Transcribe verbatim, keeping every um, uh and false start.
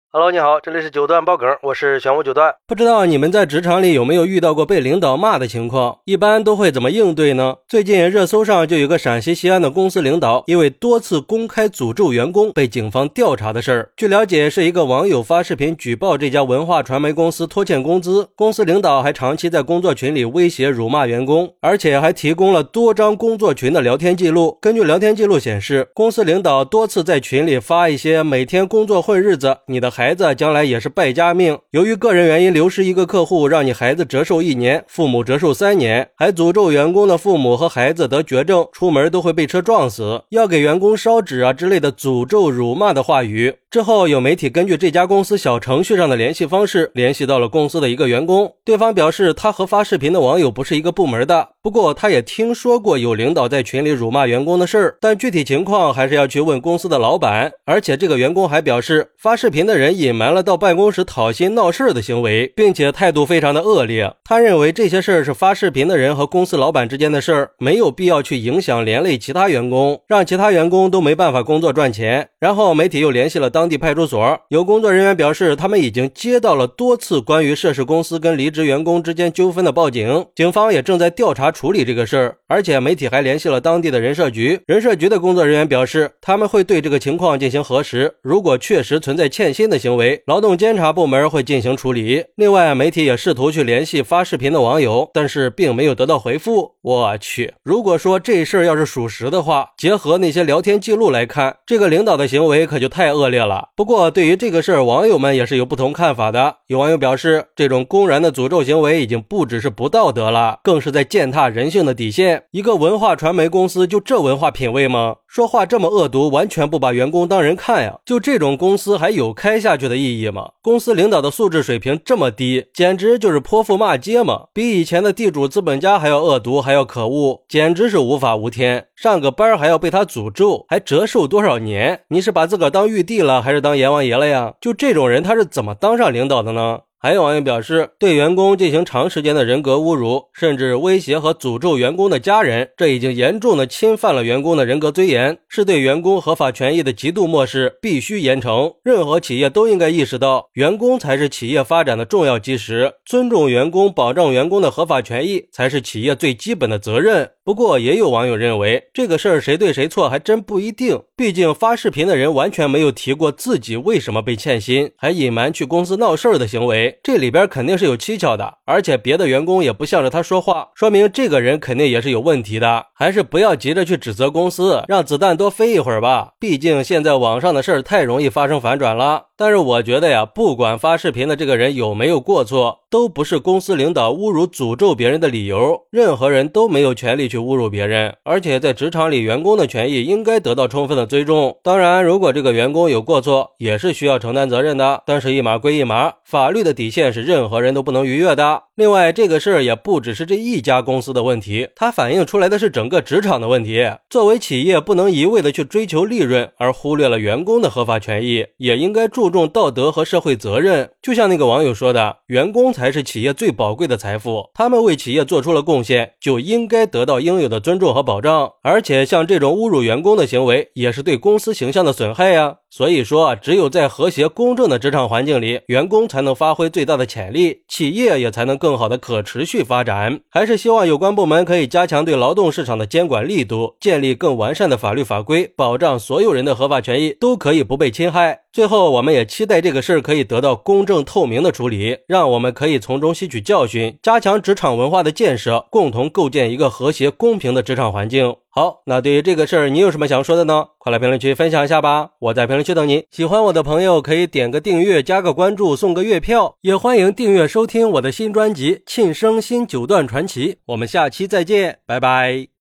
Hello， 你好，这里是九段爆梗，我是玄武九段。 不知道你们在职场里有没有遇到过被领导骂的情况？一般都会怎么应对呢？最近热搜上就有个陕西西安的公司领导，因为多次公开诅咒员工被警方调查的事儿。据了解，是一个网友发视频举报这家文化传媒公司拖欠工资，公司领导还长期在工作群里威胁辱骂员工，而且还提供了多张工作群的聊天记录。根据聊天记录显示，公司领导多次在群里发一些每天工作混日子，你的孩子将来也是败家命，由于个人原因流失一个客户，让你孩子折寿一年，父母折寿三年，还诅咒员工的父母和孩子得绝症，出门都会被车撞死，要给员工烧纸啊之类的诅咒辱骂的话语。之后有媒体根据这家公司小程序上的联系方式联系到了公司的一个员工，对方表示他和发视频的网友不是一个部门的，不过他也听说过有领导在群里辱骂员工的事儿，但具体情况还是要去问公司的老板。而且这个员工还表示，发视频的人隐瞒了到办公室讨薪闹事的行为，并且态度非常的恶劣。他认为这些事儿是发视频的人和公司老板之间的事儿，没有必要去影响连累其他员工，让其他员工都没办法工作赚钱。然后媒体又联系了当地派出所，有工作人员表示，他们已经接到了多次关于涉事公司跟离职员工之间纠纷的报警，警方也正在调查处理这个事儿。而且媒体还联系了当地的人社局，人社局的工作人员表示，他们会对这个情况进行核实，如果确实存在欠薪的行为，劳动监察部门会进行处理。另外，媒体也试图去联系发视频的网友，但是并没有得到回复。我去，如果说这事儿要是属实的话，结合那些聊天记录来看，这个领导的行为可就太恶劣了。不过对于这个事儿，网友们也是有不同看法的。有网友表示，这种公然的诅咒行为已经不只是不道德了，更是在践踏人性的底线。一个文化传媒公司就这文化品位吗？说话这么恶毒，完全不把员工当人看呀！就这种公司还有开下去的意义吗？公司领导的素质水平这么低，简直就是泼妇骂街嘛！比以前的地主资本家还要恶毒，还要可恶，简直是无法无天。上个班还要被他诅咒，还折寿多少年？你是把自个儿当玉帝了，还是当阎王爷了呀？就这种人，他是怎么当上领导的呢？还有网友表示，对员工进行长时间的人格侮辱，甚至威胁和诅咒员工的家人，这已经严重的侵犯了员工的人格尊严，是对员工合法权益的极度漠视，必须严惩。任何企业都应该意识到，员工才是企业发展的重要基石，尊重员工，保障员工的合法权益，才是企业最基本的责任。不过也有网友认为，这个事儿谁对谁错还真不一定，毕竟发视频的人完全没有提过自己为什么被欠薪，还隐瞒去公司闹事儿的行为，这里边肯定是有蹊跷的。而且别的员工也不向着他说话，说明这个人肯定也是有问题的。还是不要急着去指责公司，让子弹多飞一会儿吧，毕竟现在网上的事儿太容易发生反转了。但是我觉得呀，不管发视频的这个人有没有过错，都不是公司领导侮辱诅咒别人的理由。任何人都没有权利去侮辱别人，而且在职场里，员工的权益应该得到充分的尊重。当然，如果这个员工有过错，也是需要承担责任的，但是一码归一码，法律的底线是任何人都不能逾越的。另外，这个事儿也不只是这一家公司的问题，它反映出来的是整个职场的问题。作为企业，不能一味的去追求利润，而忽略了员工的合法权益，也应该注重道德和社会责任。就像那个网友说的，员工才是企业最宝贵的财富，他们为企业做出了贡献，就应该得到应有的尊重和保障。而且像这种侮辱员工的行为，也是对公司形象的损害呀。所以说，只有在和谐公正的职场环境里，员工才能发挥最大的潜力，企业也才能更好的可持续发展。还是希望有关部门可以加强对劳动市场的监管力度，建立更完善的法律法规，保障所有人的合法权益都可以不被侵害。最后，我们也期待这个事儿可以得到公正透明的处理，让我们可以从中吸取教训，加强职场文化的建设，共同构建一个和谐公平的职场环境。好，那对于这个事儿，你有什么想说的呢？快来评论区分享一下吧，我在评论区等你。喜欢我的朋友可以点个订阅，加个关注，送个月票，也欢迎订阅收听我的新专辑《庆生新九段传奇》。我们下期再见，拜拜。